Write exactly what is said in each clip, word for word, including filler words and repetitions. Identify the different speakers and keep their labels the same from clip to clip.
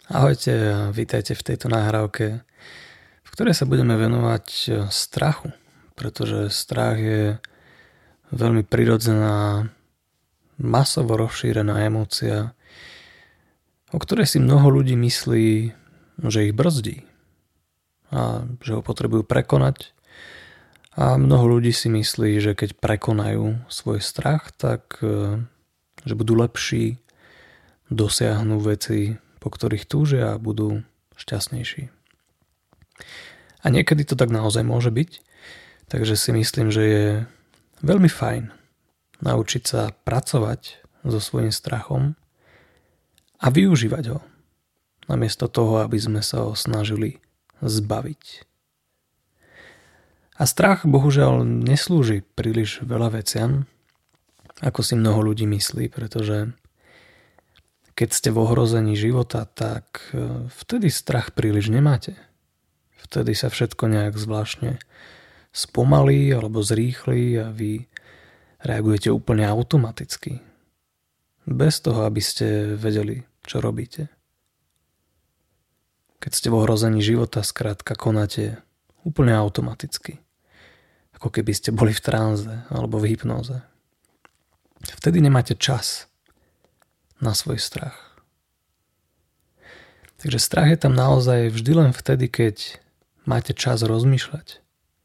Speaker 1: Ahojte a vítajte v tejto nahrávke, v ktorej sa budeme venovať strachu, pretože strach je veľmi prirodzená, masovo rozšírená emócia, o ktorej si mnoho ľudí myslí, že ich brzdí a že ho potrebujú prekonať. A mnoho ľudí si myslí, že keď prekonajú svoj strach, tak že budú lepší, dosiahnu veci, po ktorých túžia a budú šťastnejší. A niekedy to tak naozaj môže byť, takže si myslím, že je veľmi fajn naučiť sa pracovať so svojím strachom a využívať ho, namiesto toho, aby sme sa ho snažili zbaviť. A strach bohužiaľ neslúži príliš veľa veciam, ako si mnoho ľudí myslí, pretože keď ste v ohrození života, tak vtedy strach príliš nemáte. Vtedy sa všetko nejak zvláštne spomalí alebo zrýchli a vy reagujete úplne automaticky. Bez toho, aby ste vedeli, čo robíte. Keď ste v ohrození života, skrátka konáte úplne automaticky. Ako keby ste boli v tranze alebo v hypnóze. Vtedy nemáte čas na svoj strach. Takže strach je tam naozaj vždy len vtedy, keď máte čas rozmýšľať.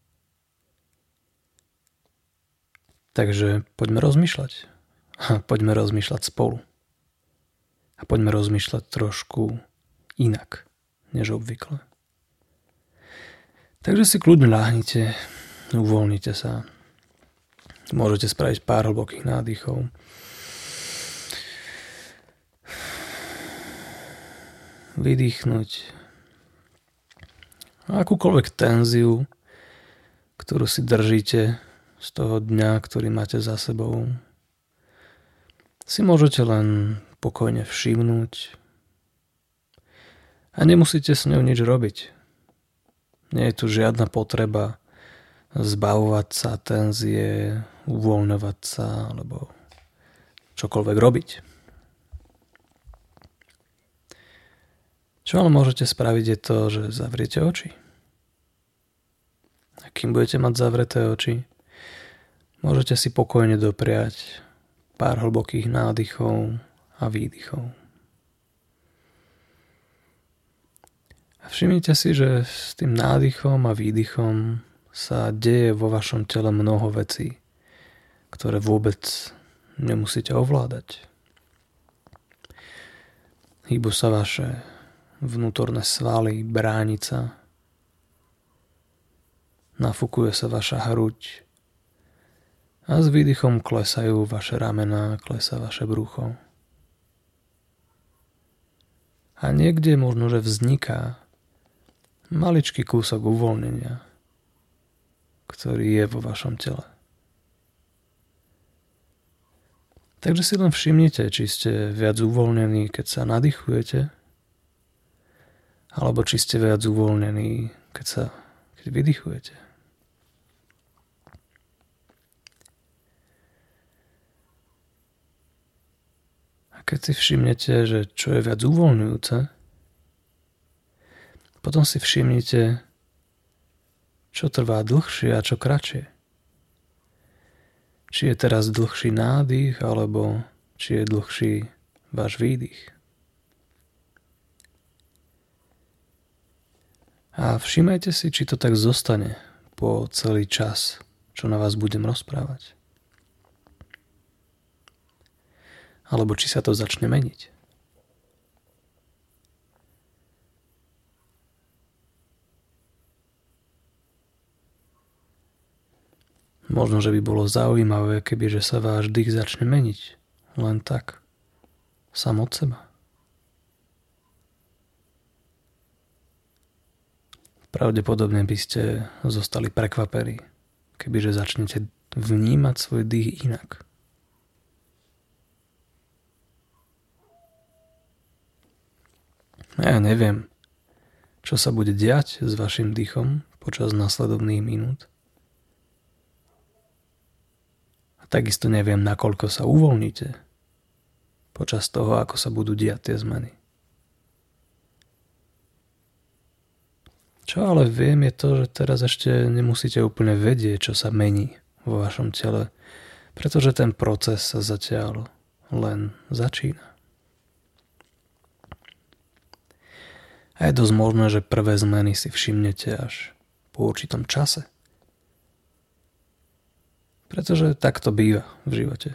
Speaker 1: Takže poďme rozmýšľať. A poďme rozmýšľať spolu. A poďme rozmýšľať trošku inak, než obvykle. Takže si kľudne ľahnite, uvoľnite sa. Môžete spraviť pár hlbokých nádychov. Vydýchnuť akúkoľvek tenziu, ktorú si držíte z toho dňa, ktorý máte za sebou, si môžete len pokojne všimnúť a nemusíte s ňou nič robiť. Nie je tu žiadna potreba zbavovať sa tenzie, uvoľňovať sa alebo čokoľvek robiť. Čo ale môžete spraviť je to, že zavriete oči. A kým budete mať zavreté oči, môžete si pokojne dopriať pár hlbokých nádychov a výdychov. A všimnite si, že s tým nádychom a výdychom sa deje vo vašom tele mnoho vecí, ktoré vôbec nemusíte ovládať. Hýbu sa vaše vnútorné svaly, bránica. Nafúkuje sa vaša hruď a s výdychom klesajú vaše ramená, klesá vaše brucho. A niekde možno, že vzniká maličký kúsok uvoľnenia, ktorý je vo vašom tele. Takže si len všimnite, či ste viac uvoľnení, keď sa nadýchujete, alebo či ste viac uvoľnení, keď sa keď vydychujete. A keď si všimnete, že čo je viac uvoľňujúce, potom si všimnite, čo trvá dlhšie a čo kratšie. Či je teraz dlhší nádych, alebo či je dlhší váš výdych. A všimajte si, či to tak zostane po celý čas, čo na vás budem rozprávať. Alebo či sa to začne meniť. Možno, že by bolo zaujímavé, kebyže sa váš dých začne meniť. Len tak. Sám od seba. Pravdepodobne by ste zostali prekvapení, kebyže začnete vnímať svoj dých inak. Ja neviem, čo sa bude diať s vašim dýchom počas nasledovných minút. A takisto neviem, nakoľko sa uvoľníte počas toho, ako sa budú diať tie zmeny. Čo ale viem je to, že teraz ešte nemusíte úplne vedieť, čo sa mení vo vašom tele, pretože ten proces sa zatiaľ len začína. A je dosť možné, že prvé zmeny si všimnete až po určitom čase. Pretože tak to býva v živote.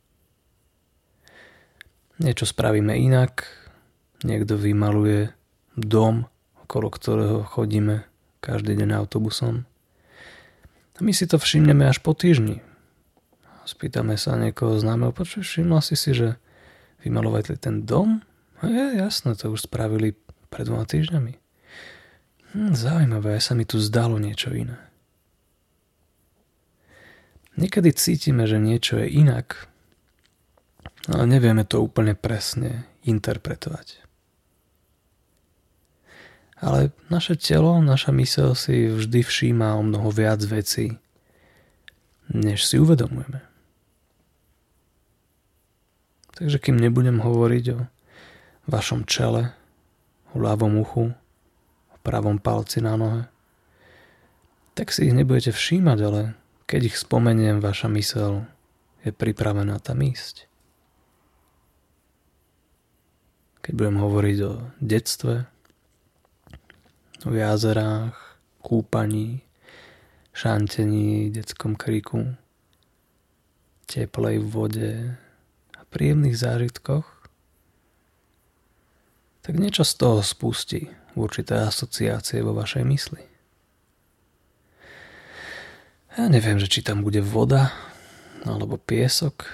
Speaker 1: Niečo spravíme inak, niekto vymaluje dom, okolo ktorého chodíme každý deň autobusom. A my si to všimneme až po týždni. Spýtame sa niekoho známeho, počuj, všimla si si, že vymalovali ten dom? A je jasné, to už spravili pred dvoma týždňami. Hm, zaujímavé, aj sa mi tu zdalo niečo iné. Niekedy cítime, že niečo je inak, ale nevieme to úplne presne interpretovať. Ale naše telo, naša myseľ si vždy všíma o mnoho viac vecí, než si uvedomujeme. Takže kým nebudem hovoriť o vašom čele, o ľavom uchu, o pravom palci na nohe, tak si ich nebudete všímať, ale keď ich spomeniem, vaša myseľ je pripravená tam ísť. Keď budem hovoriť o detstve, o jazerách, kúpaní, šantení, detskom kriku, teplej vode a príjemných zážitkoch, tak niečo z toho spustí určité asociácie vo vašej mysli. Ja neviem, že či tam bude voda alebo piesok,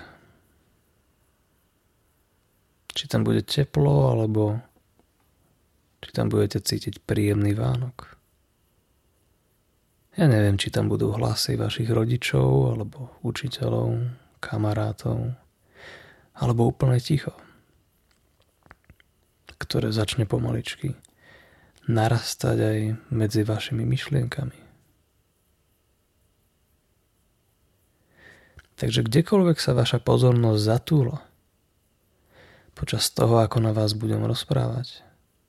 Speaker 1: či tam bude teplo alebo či tam budete cítiť príjemný Vánok. Ja neviem, či tam budú hlasy vašich rodičov alebo učiteľov, kamarátov alebo úplne ticho, ktoré začne pomaličky narastať aj medzi vašimi myšlienkami. Takže kdekoľvek sa vaša pozornosť zatúla počas toho, ako na vás budem rozprávať,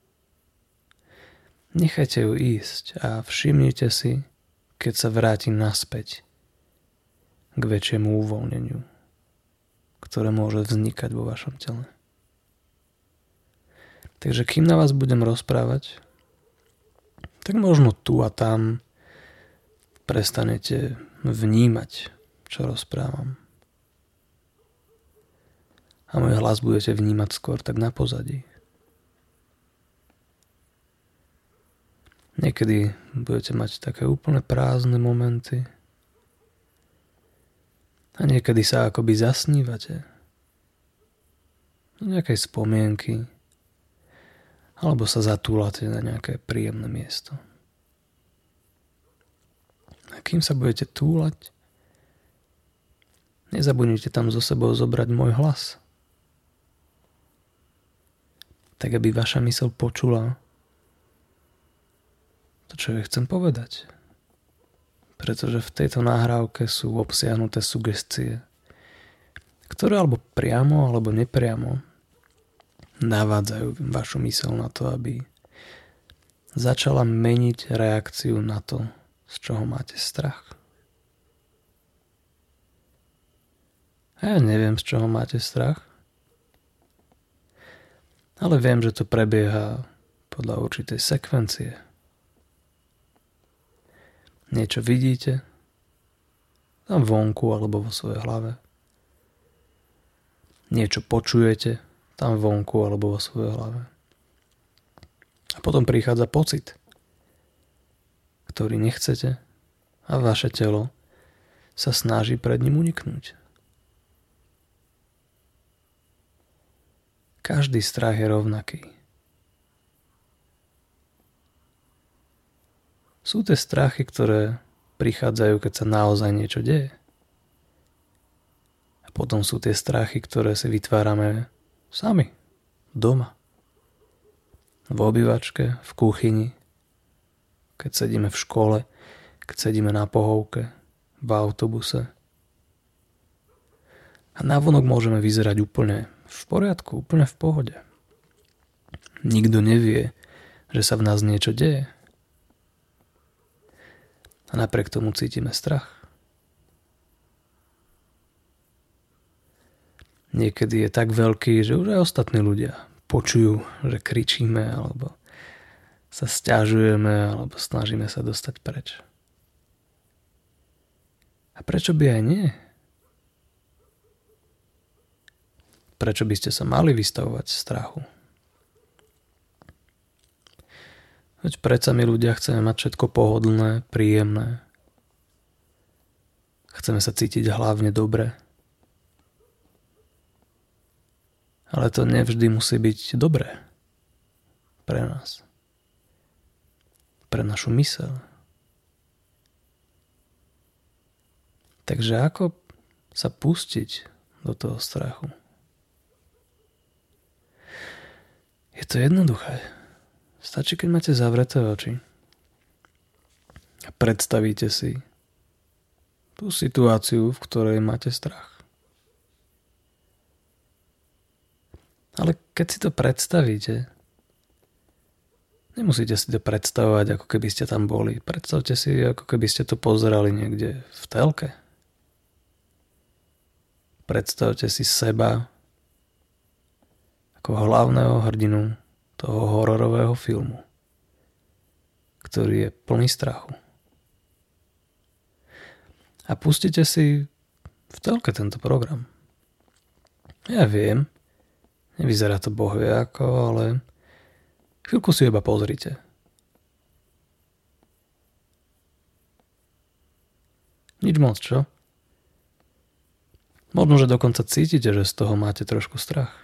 Speaker 1: nechajte ju ísť a všimnite si, keď sa vráti naspäť k väčšiemu uvoľneniu, ktoré môže vznikať vo vašom tele. Takže kým na vás budem rozprávať, tak možno tu a tam prestanete vnímať, čo rozprávam. A môj hlas budete vnímať skôr tak na pozadí. Niekedy budete mať také úplne prázdne momenty a niekedy sa akoby zasnívate do nejakej spomienky alebo sa zatúlate na nejaké príjemné miesto. A kým sa budete túlať, nezabudnite tam so sebou zobrať môj hlas. Tak, aby vaša myseľ počula to, čo ja chcem povedať. Pretože v tejto nahrávke sú obsiahnuté sugestie, ktoré alebo priamo, alebo nepriamo navádzajú vašu myseľ na to, aby začala meniť reakciu na to, z čoho máte strach. A ja neviem, z čoho máte strach, ale viem, že to prebieha podľa určitej sekvencie. Niečo vidíte tam vonku alebo vo svojej hlave. Niečo počujete tam vonku alebo vo svojej hlave. A potom prichádza pocit, ktorý nechcete a vaše telo sa snaží pred ním uniknúť. Každý strach je rovnaký. Sú tie strachy, ktoré prichádzajú, keď sa naozaj niečo deje. A potom sú tie strachy, ktoré si vytvárame sami, doma. V obývačke, v kuchyni, keď sedíme v škole, keď sedíme na pohovke, v autobuse. A navonok môžeme vyzerať úplne v poriadku, úplne v pohode. Nikto nevie, že sa v nás niečo deje. A napriek tomu cítime strach. Niekedy je tak veľký, že už aj ostatní ľudia počujú, že kričíme, alebo sa sťažujeme, alebo snažíme sa dostať preč. A prečo by aj nie? Prečo by ste sa mali vystavovať strachu? Veď predsa my ľudia chceme mať všetko pohodlné, príjemné. Chceme sa cítiť hlavne dobre. Ale to nevždy musí byť dobré pre nás. Pre našu myseľ. Takže ako sa pustiť do toho strachu? Je to jednoduché. Stačí, keď máte zavreté oči a predstavíte si tú situáciu, v ktorej máte strach. Ale keď si to predstavíte, nemusíte si to predstavovať, ako keby ste tam boli. Predstavte si, ako keby ste to pozerali niekde v telke. Predstavte si seba ako hlavného hrdinu toho hororového filmu, ktorý je plný strachu. A pustite si v telke tento program. Ja viem, nevyzerá to bohvie ako, ale chvíľku si iba pozrite. Nič moc, čo? Možno, že dokonca cítite, že z toho máte trošku strach.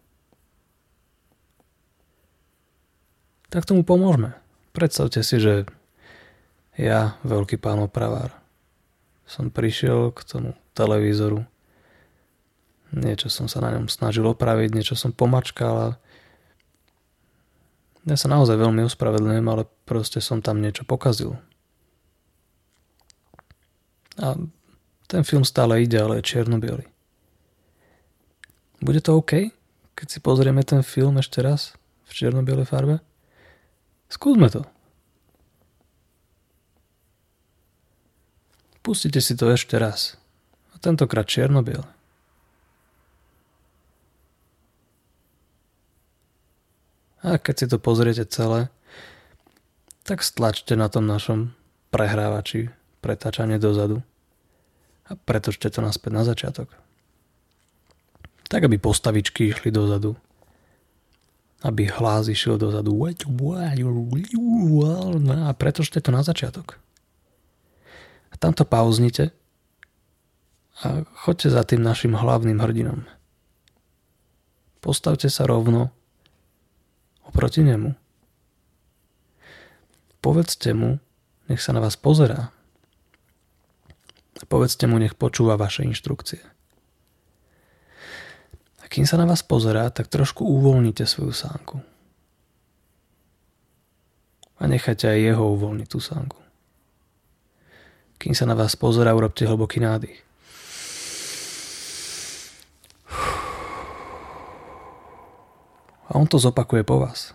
Speaker 1: Tak tomu pomôžme. Predstavte si, že ja, veľký pán opravár, som prišiel k tomu televízoru. Niečo som sa na ňom snažil opraviť, niečo som pomačkal a ja sa naozaj veľmi ospravedlňujem, ale proste som tam niečo pokazil. A ten film stále ide, ale je čierno-biely. Bude to OK, keď si pozrieme ten film ešte raz v čierno-bielej farbe? Skúsme to. Pustite si to ešte raz. A tentokrát čierno-biele. A keď si to pozriete celé, tak stlačte na tom našom prehrávači pretáčanie dozadu a pretočte to naspäť na začiatok. Tak, aby postavičky išli dozadu. Aby hlas išiel dozadu. A pretočte to na začiatok. A tam to pauznite a choďte za tým našim hlavným hrdinom. Postavte sa rovno oproti nemu. Povedzte mu, nech sa na vás pozerá. A povedzte mu, nech počúva vaše inštrukcie. A kým sa na vás pozerá, tak trošku uvoľnite svoju sánku. A nechajte aj jeho uvoľniť tú sánku. Kým sa na vás pozerá, urobte hlboký nádych. A on to zopakuje po vás.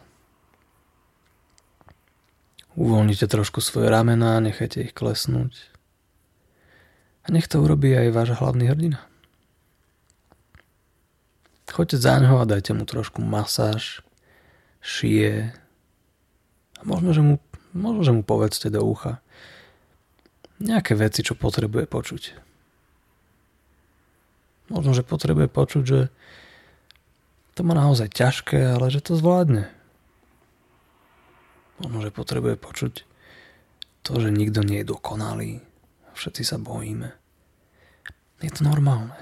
Speaker 1: Uvoľnite trošku svoje ramená, nechajte ich klesnúť. A nech to urobí aj váš hlavný hrdina. Choďte za ňoho a dajte mu trošku masáž, šije. A možno, že mu, možno, že mu povedzte do ucha nejaké veci, čo potrebuje počuť. Možno, že potrebuje počuť, že to má naozaj ťažké, ale že to zvládne. Možno, že potrebuje počuť to, že nikto nie je dokonalý. Všetci sa bojíme. Je to normálne.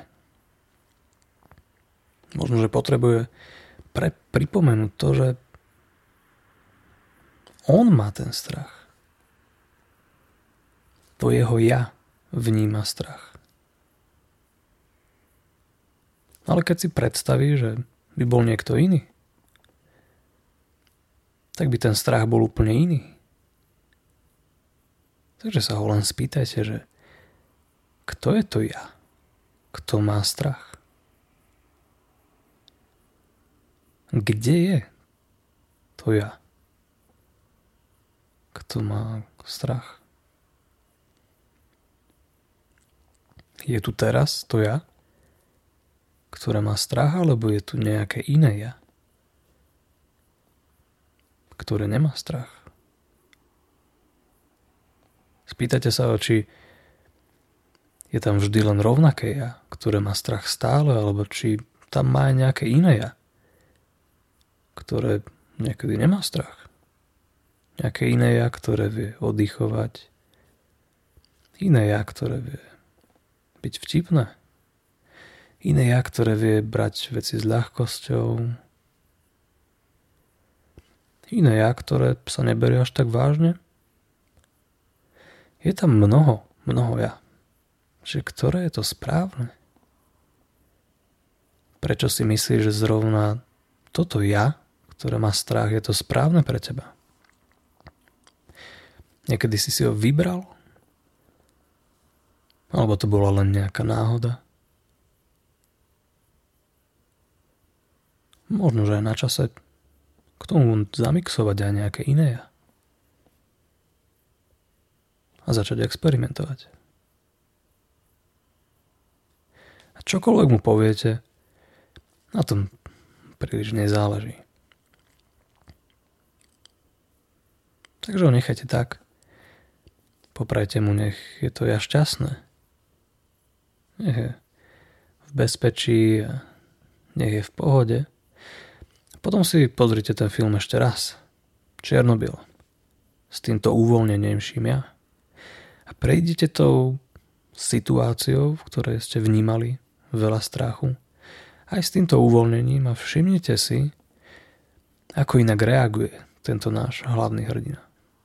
Speaker 1: Možno, že potrebuje pre, pripomenúť to, že on má ten strach. To jeho ja vníma strach. Ale keď si predstaví, že by bol niekto iný, tak by ten strach bol úplne iný. Takže sa ho len spýtajte, že kto je to ja? Kto má strach? Kde je to ja? Kto má strach? Je tu teraz to ja, ktoré má strach, alebo je tu nejaké iné ja, ktoré nemá strach? Spýtajte sa, či je tam vždy len rovnaké ja, ktoré má strach stále, alebo či tam má aj nejaké iné ja, ktoré niekedy nemá strach. Nejaké iné ja, ktoré vie oddychovať. Iné ja, ktoré vie byť vtipné. Iné ja, ktoré vie brať veci s ľahkosťou. Iné ja, ktoré sa neberie až tak vážne. Je tam mnoho, mnoho ja. Že ktoré je to správne? Prečo si myslíš, že zrovna toto ja, ktoré má strach, je to správne pre teba? Niekedy si si ho vybral? Alebo to bola len nejaká náhoda? Možno, že aj na čase k tomu zamixovať aj nejaké iné ja. A začať experimentovať. A čokoľvek mu poviete, na tom príliš nezáleží. Takže ho nechajte tak. Poprajte mu, nech je to ja šťastné. Nech je v bezpečí a nech je v pohode. Potom si pozrite ten film ešte raz. Čierno-bielo. S týmto uvoľnenejším ja. A prejdite tou situáciou, v ktorej ste vnímali veľa strachu. Aj s týmto uvoľnením a všimnite si, ako inak reaguje tento náš hlavný hrdina.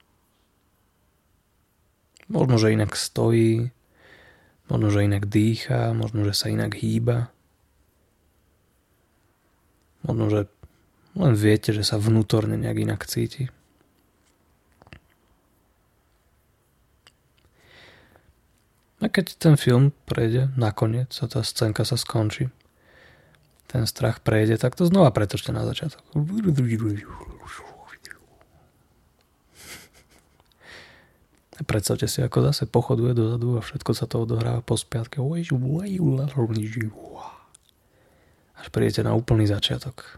Speaker 1: Možno, že inak stojí, možno, že inak dýchá, možno, že sa inak hýba. Možno, že len viete, že sa vnútorne nejak inak cíti. A keď ten film prejde, nakoniec a tá scénka sa skončí, ten strach prejde, tak to znova pretočte na začiatok. A predstavte si, ako zase pochoduje dozadu a všetko sa to odohráva po spiatke. Až prídete na úplný začiatok.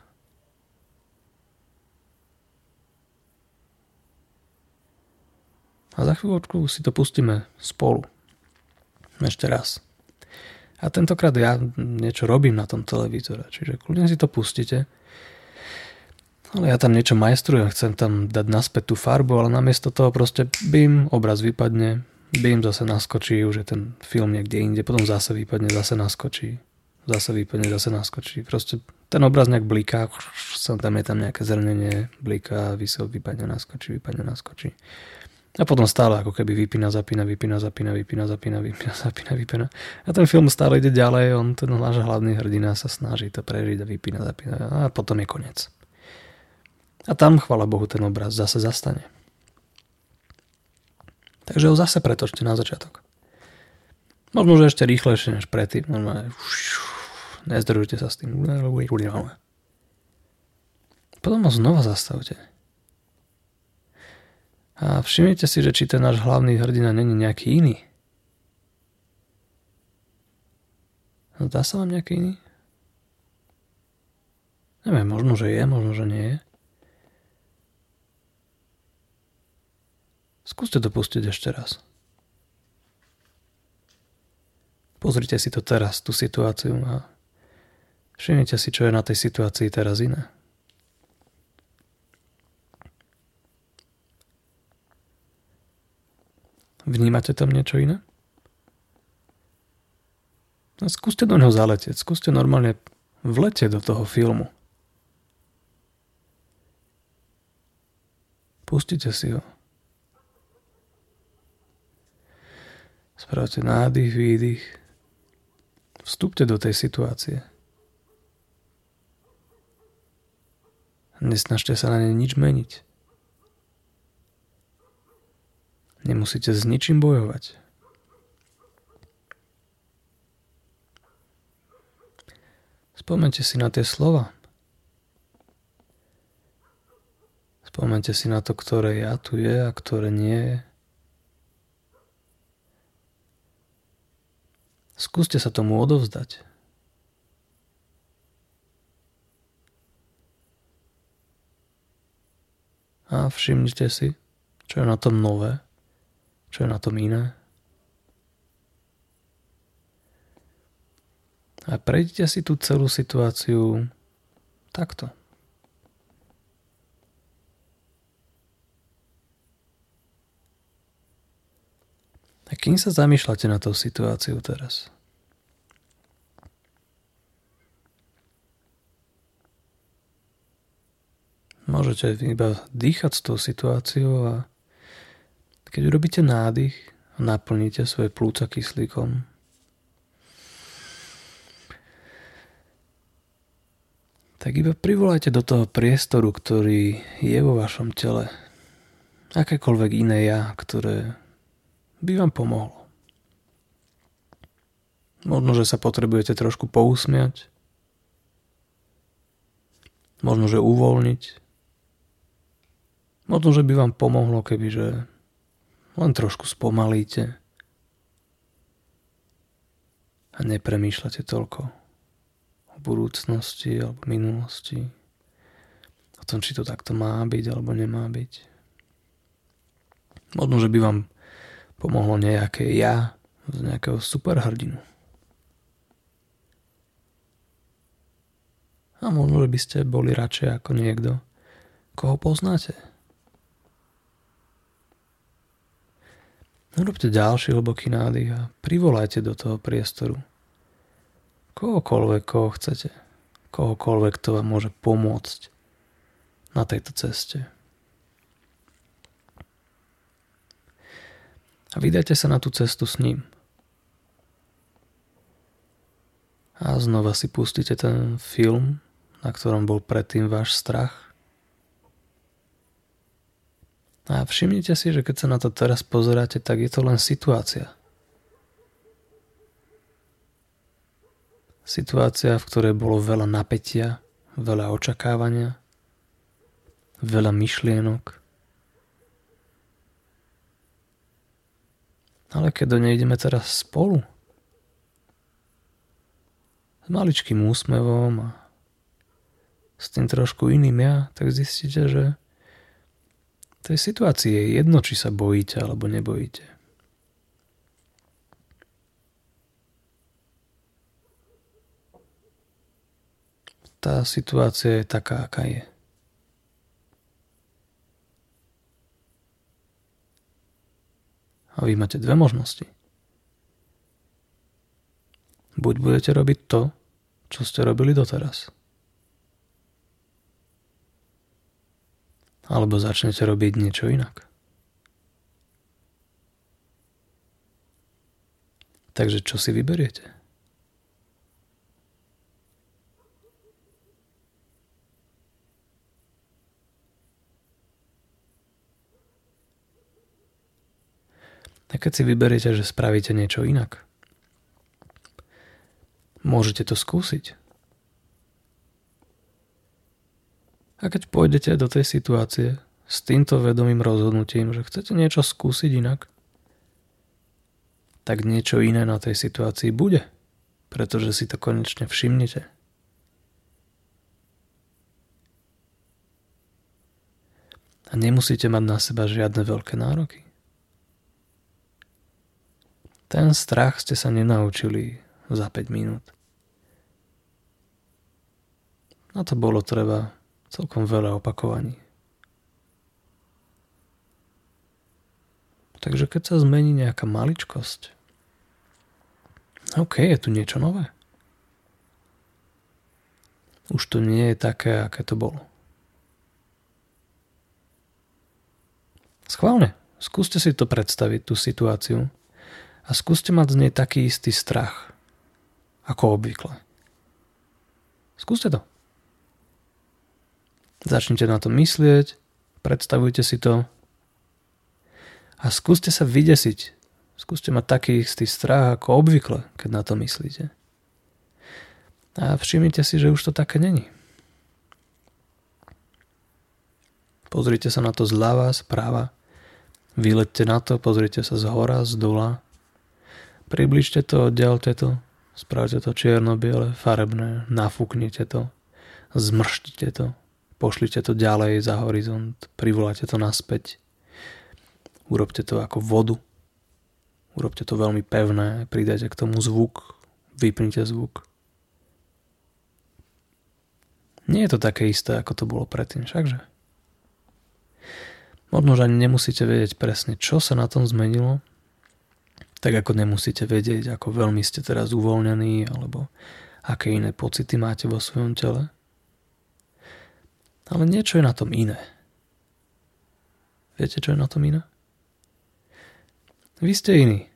Speaker 1: A za chvíľočku si to pustíme spolu. Ešte raz. A tentokrát ja niečo robím na tom televízore, čiže kľudne si to pustíte. Ale ja tam niečo majstrujem, chcem tam dať naspäť tú farbu, ale namiesto toho proste bim, obraz vypadne, bim, zase naskočí, už je ten film niekde inde, potom zase vypadne, zase naskočí, zase vypadne, zase naskočí. Proste ten obraz nejak bliká, sem tam je tam nejaké zrnenie, bliká, vysel, vypadne, naskočí, vypadne, naskočí. A potom stále ako keby vypína, zapína, vypína, zapína, vypína, zapína, vypína, zapína, vypína. A ten film stále ide ďalej, on, ten náš hlavný hrdina sa snaží to prežiť a vypína, zapína a potom je koniec. A tam, chvála Bohu, ten obraz zase zastane. Takže ho zase pretočte na začiatok. Možno, že ešte rýchlejšie než predtým. Nezdržujte sa s tým. Potom ho znova zastavte. A všimnite si, že či ten náš hlavný hrdina není nejaký iný. No dá sa vám nejaký iný? Neviem, možno, že je, možno, že nie je. Skúste to pustiť ešte raz. Pozrite si to teraz, tú situáciu a všimnite si, čo je na tej situácii teraz iné. Vnímate tam niečo iné? A skúste do neho zaletieť. Skúste normálne vletieť do toho filmu. Pustite si ho. Spravte nádych, výdych. Vstúpte do tej situácie. Nesnažte sa na nej nič meniť. Nemusíte s ničím bojovať. Spomeňte si na tie slova. Spomeňte si na to, ktoré ja tu je a ktoré nie je. Skúste sa tomu odovzdať. A všimnite si, čo je na tom nové, čo je na tom iné. A prejdite si tú celú situáciu takto. A kým sa zamýšľate na tú situáciu teraz? Môžete iba dýchať s tou situáciou a keď urobíte nádych a naplníte svoje plúca kyslíkom, tak iba privolajte do toho priestoru, ktorý je vo vašom tele, akékoľvek iné ja, ktoré by vám pomohlo. Možno, že sa potrebujete trošku pousmiať, možno, že uvoľniť, možno, že by vám pomohlo, kebyže len trošku spomalíte a nepremýšľate toľko o budúcnosti alebo minulosti, o tom, či to takto má byť alebo nemá byť. Možno, že by vám pomohlo nejaké ja z nejakého superhrdinu. A možno, že by ste boli radšej ako niekto, koho poznáte. Urobte ďalší hlboký nádych a privolajte do toho priestoru kohokoľvek, koho chcete. Kohokoľvek, kto vám môže pomôcť na tejto ceste. A vydajte sa na tú cestu s ním. A znova si pustíte ten film, na ktorom bol predtým váš strach. A všimnite si, že keď sa na to teraz pozeráte, tak je to len situácia. Situácia, v ktorej bolo veľa napätia, veľa očakávania, veľa myšlienok. Ale keď do nej ideme teraz spolu, s maličkým úsmevom a s tým trošku iným ja, tak zistíte, že v tej situácii je jedno, či sa bojíte alebo nebojíte. Tá situácia je taká, aká je. A vy máte dve možnosti. Buď budete robiť to, čo ste robili doteraz. Alebo začnete robiť niečo inak. Takže čo si vyberiete? A keď si vyberiete, že spravíte niečo inak, môžete to skúsiť. A keď pôjdete do tej situácie s týmto vedomým rozhodnutím, že chcete niečo skúsiť inak, tak niečo iné na tej situácii bude, pretože si to konečne všimnete. A nemusíte mať na seba žiadne veľké nároky. Ten strach ste sa nenaučili za päť minút. Na to bolo treba celkom veľa opakovaní. Takže keď sa zmení nejaká maličkosť, OK, je tu niečo nové. Už to nie je také, aké to bolo. Schválne, skúste si to predstaviť, tú situáciu, a skúste mať z nej taký istý strach, ako obvykle. Skúste to. Začnite na to myslieť, predstavujte si to a skúste sa vydesiť. Skúste mať taký istý strach, ako obvykle, keď na to myslíte. A všimnite si, že už to také není. Pozrite sa na to zľava, správa. Vyleďte na to, pozrite sa z hora, z dola. Približte to, oddialte to, spravte to čierno-biele, farebné, nafúknite to, zmrštite to, pošlite to ďalej za horizont, privoláte to naspäť, urobte to ako vodu, urobte to veľmi pevné, pridajte k tomu zvuk, vypnite zvuk. Nie je to také isté, ako to bolo predtým, všakže? Možno, že ani nemusíte vedieť presne, čo sa na tom zmenilo, tak ako nemusíte vedieť, ako veľmi ste teraz uvoľnení, alebo aké iné pocity máte vo svojom tele. Ale niečo je na tom iné. Viete, čo je na tom iné? Vy ste iní.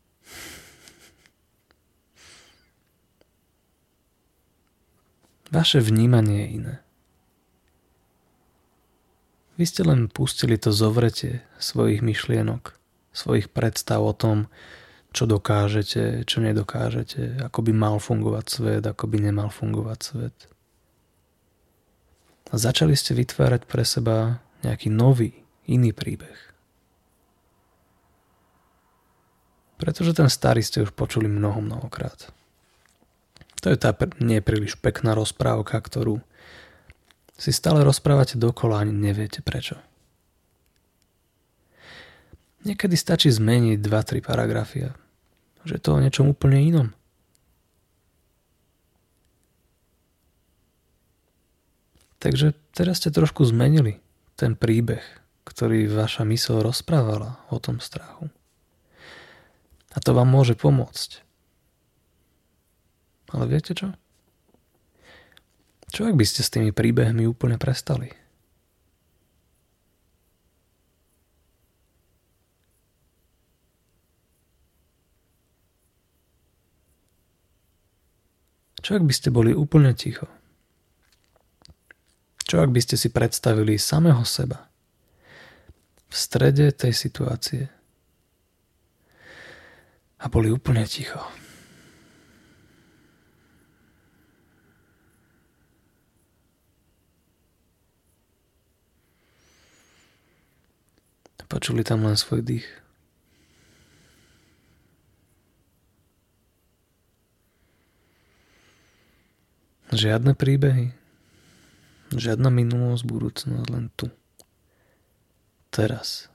Speaker 1: Vaše vnímanie je iné. Vy ste len pustili to zovretie svojich myšlienok, svojich predstav o tom, čo dokážete, čo nedokážete, ako by mal fungovať svet, ako by nemal fungovať svet. A začali ste vytvárať pre seba nejaký nový, iný príbeh. Pretože ten starý ste už počuli mnoho, mnohokrát. To je tá nie príliš pekná rozprávka, ktorú si stále rozprávate dokola a ani neviete prečo. Niekedy stačí zmeniť dva tri paragrafy, že to o niečom úplne inom. Takže teraz ste trošku zmenili ten príbeh, ktorý vaša myseľ rozprávala o tom strachu. A to vám môže pomôcť. Ale viete čo? Čo ak by ste s tými príbehmi úplne prestali? Čo ak by ste boli úplne ticho? Čo ak by ste si predstavili samého seba v strede tej situácie a boli úplne ticho? Počuli tam len svoj dých. Žiadne príbehy, žiadna minulosť, budúcnosť, len tu. Teraz.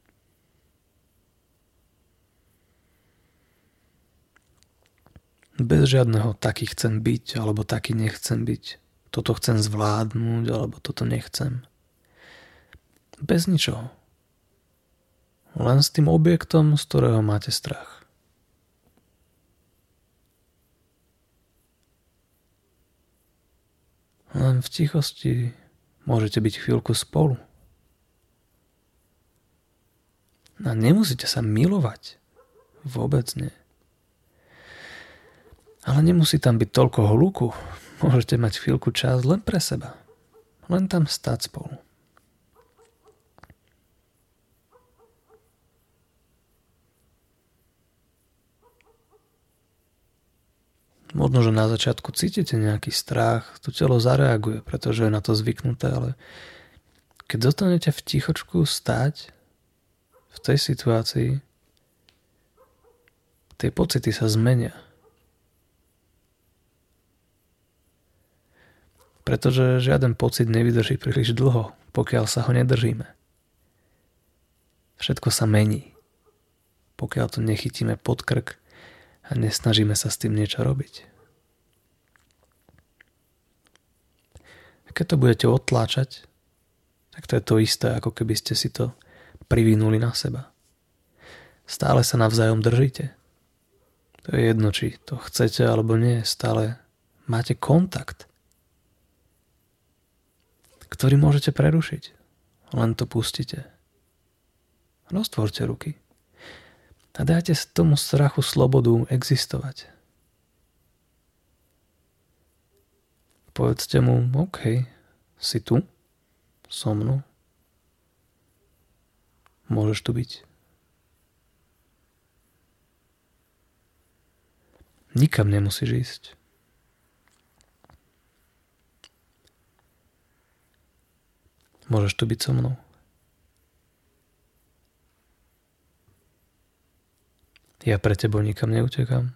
Speaker 1: Bez žiadneho taký chcem byť, alebo taký nechcem byť. Toto chcem zvládnuť, alebo toto nechcem. Bez ničoho. Len s tým objektom, z ktorého máte strach. Len v tichosti môžete byť chvíľku spolu. A nemusíte sa milovať. Vôbec nie. Ale nemusí tam byť toľko hluku. Môžete mať chvíľku čas len pre seba. Len tam stáť spolu. Možno, že na začiatku cítite nejaký strach, to telo zareaguje, pretože je na to zvyknuté, ale keď zostanete v tichočku stáť v tej situácii, tie pocity sa zmenia. Pretože žiaden pocit nevydrží príliš dlho, pokiaľ sa ho nedržíme. Všetko sa mení, pokiaľ to nechytíme pod krk a nesnažíme sa s tým niečo robiť. A keď to budete otláčať, tak to je to isté, ako keby ste si to privinuli na seba. Stále sa navzájom držíte. To je jedno, či to chcete alebo nie, stále máte kontakt, ktorý môžete prerušiť. Len to pustíte. Roztvorte ruky. A dajte tomu strachu slobodu existovať. Povedzte mu, OK, si tu, so mnou. Môžeš tu byť. Nikam nemusíš ísť. Môžeš tu byť so mnou. Ja pre tebou nikam neutekam.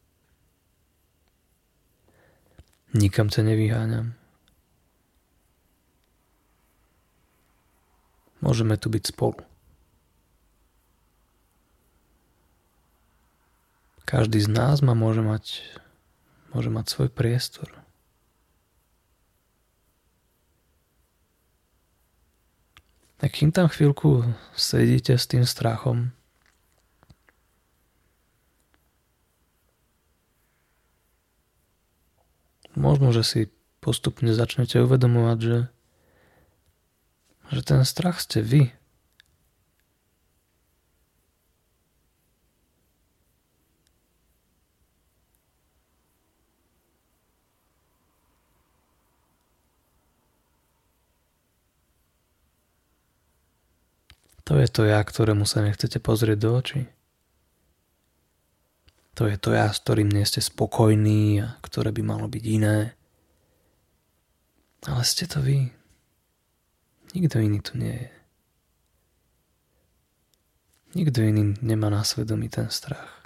Speaker 1: Nikam ťa nevyháňam. Môžeme tu byť spolu. Každý z nás ma môže mať, môže mať svoj priestor. A kým tam chvíľku sedíte s tým strachom, možno, že si postupne začnete uvedomovať, že, že ten strach ste vy. To je to ja, ktorému sa nechcete pozrieť do očí. To je to ja, s ktorým nie ste spokojní a ktoré by malo byť iné. Ale ste to vy. Nikto iný tu nie je. Nikto iný nemá na svedomí ten strach.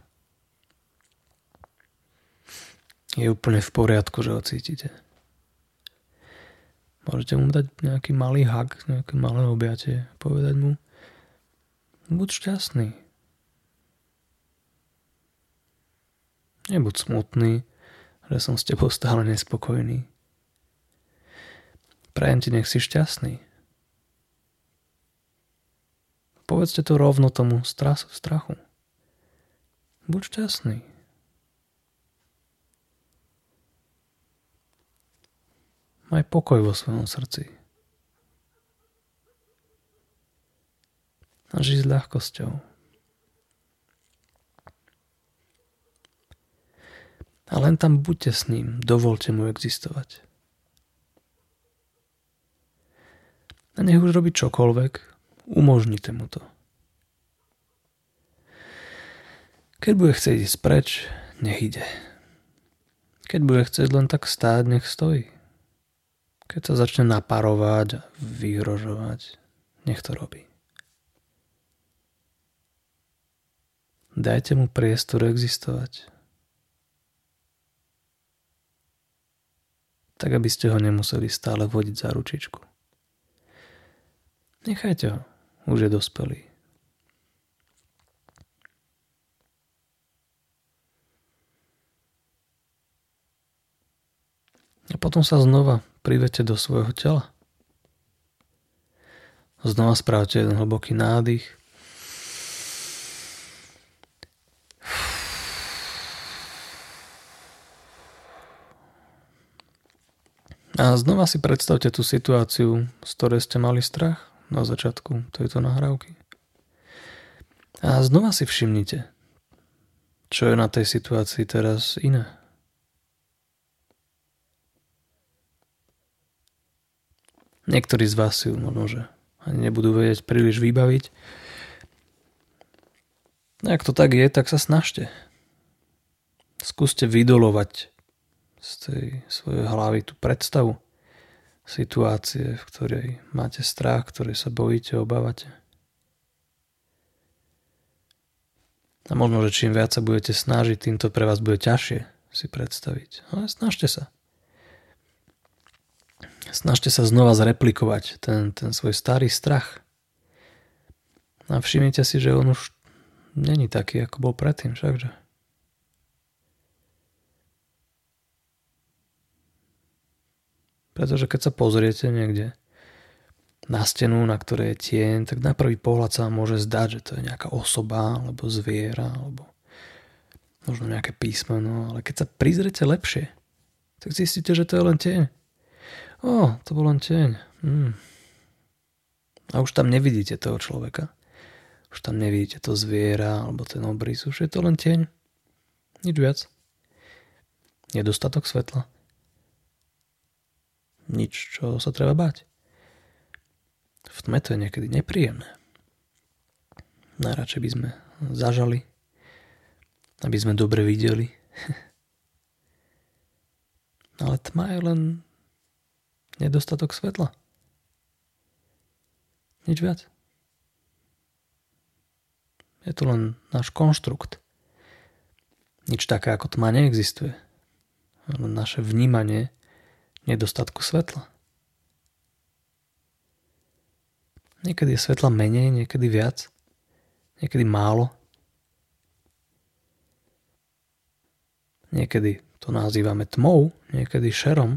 Speaker 1: Je úplne v poriadku, že ho cítite. Môžete mu dať nejaký malý hug, nejaké malé objatie, povedať mu: buď šťastný. Nebuď smutný, že som s tebou stále nespokojný. Prajem ti, nech si šťastný. Povedzte to rovno tomu strasu, strachu. Buď šťastný. Maj pokoj vo svojom srdci. A žij s ľahkosťou. A len tam buďte s ním, dovolte mu existovať. A nech už robí čokoľvek, umožnite mu to. Keď bude chcieť ísť preč, nech ide. Keď bude chcieť len tak stáť, nech stojí. Keď sa začne naparovať a vyhrožovať, nech to robí. Dajte mu priestor existovať. Tak, aby ste ho nemuseli stále vodiť za ručičku. Nechajte ho, už je dospelý. A potom sa znova privete do svojho tela. Znova spravte jeden hlboký nádych. A znova si predstavte tú situáciu, z ktorej ste mali strach na začiatku tejto nahrávky. A znova si všimnite, čo je na tej situácii teraz iné. Niektorí z vás si ju možno, že ani nebudú vedieť príliš vybaviť. Ak to tak je, tak sa snažte. Skúste vydolovať z tej svojej hlavy tú predstavu situácie, v ktorej máte strach, ktorej sa bojíte, obávate. A možno, že čím viac sa budete snažiť, tým to pre vás bude ťažšie si predstaviť. Ale snažte sa. Snažte sa znova zreplikovať ten, ten svoj starý strach. A všimnite si, že on už není taký, ako bol predtým, všakže. Pretože keď sa pozriete niekde na stenu, na ktorej je tieň, tak na prvý pohľad sa vám môže zdať, že to je nejaká osoba, alebo zviera, alebo možno nejaké písmeno, ale keď sa prizrete lepšie, tak zistíte, že to je len tieň. Ó, to bol len tieň. Hmm. A už tam nevidíte toho človeka. Už tam nevidíte to zviera, alebo ten obrys. Už je to len tieň. Nič viac. Nedostatok svetla. Nič, čo sa treba báť. V tme to je niekedy nepríjemné. Najradšej by sme zažali, aby sme dobre videli. Ale tma je len nedostatok svetla. Nič viac. Je to len náš konštrukt. Nič také ako tma neexistuje. Len naše vnímanie nedostatku svetla. Niekedy je svetla menej, niekedy viac, niekedy málo. Niekedy to nazývame tmou, niekedy šerom.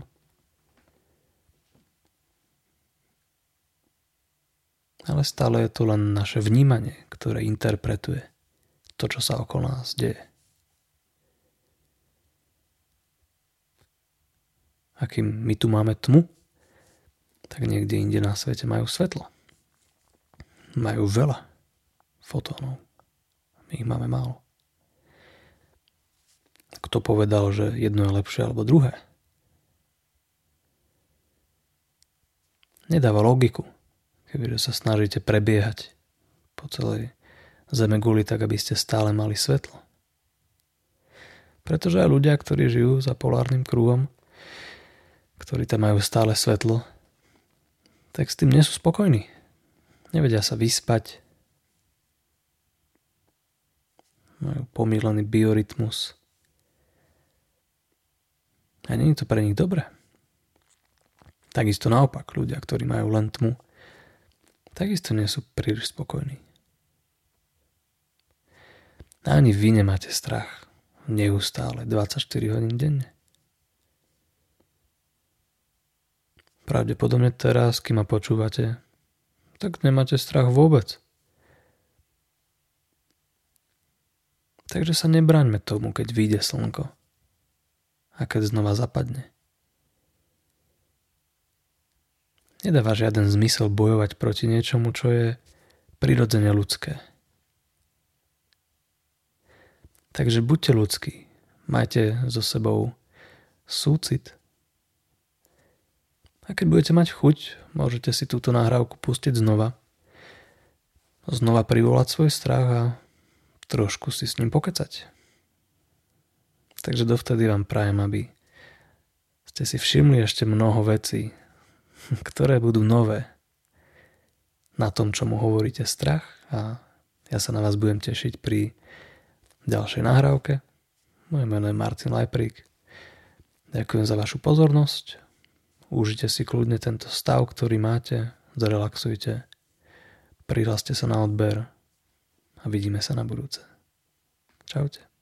Speaker 1: Ale stále je to len naše vnímanie, ktoré interpretuje to, čo sa okolo nás deje. A kým my tu máme tmu, tak niekde inde na svete majú svetlo. Majú veľa fotónov. My ich máme málo. Kto povedal, že jedno je lepšie alebo druhé? Nedáva logiku, kebyže sa snažíte prebiehať po celej zemeguli tak, aby ste stále mali svetlo. Pretože aj ľudia, ktorí žijú za polárnym kruhom, ktorí tam majú stále svetlo, tak s tým nie sú spokojní. Nevedia sa vyspať. Majú pomýlený biorytmus. A nie je to pre nich dobré. Takisto naopak, ľudia, ktorí majú len tmu, takisto nie sú príliš spokojní. Ani vy nemáte strach neustále dvadsaťštyri hodín denne. Pravdepodobne teraz, keď ma počúvate, tak nemáte strach vôbec. Takže sa nebráňme tomu, keď vyjde slnko a keď znova zapadne. Nedáva žiaden zmysel bojovať proti niečomu, čo je prirodzene ľudské. Takže buďte ľudskí, majte so sebou súcit. A keď budete mať chuť, môžete si túto nahrávku pustiť znova. Znova privolať svoj strach a trošku si s ním pokecať. Takže dovtedy vám prajem, aby ste si všimli ešte mnoho vecí, ktoré budú nové na tom, čomu hovoríte strach, a ja sa na vás budem tešiť pri ďalšej nahrávke. Moje meno je Martin Lajprík. Ďakujem za vašu pozornosť. Užite si kľudne tento stav, ktorý máte, zrelaxujte, prihláste sa na odber a vidíme sa na budúce. Čaute.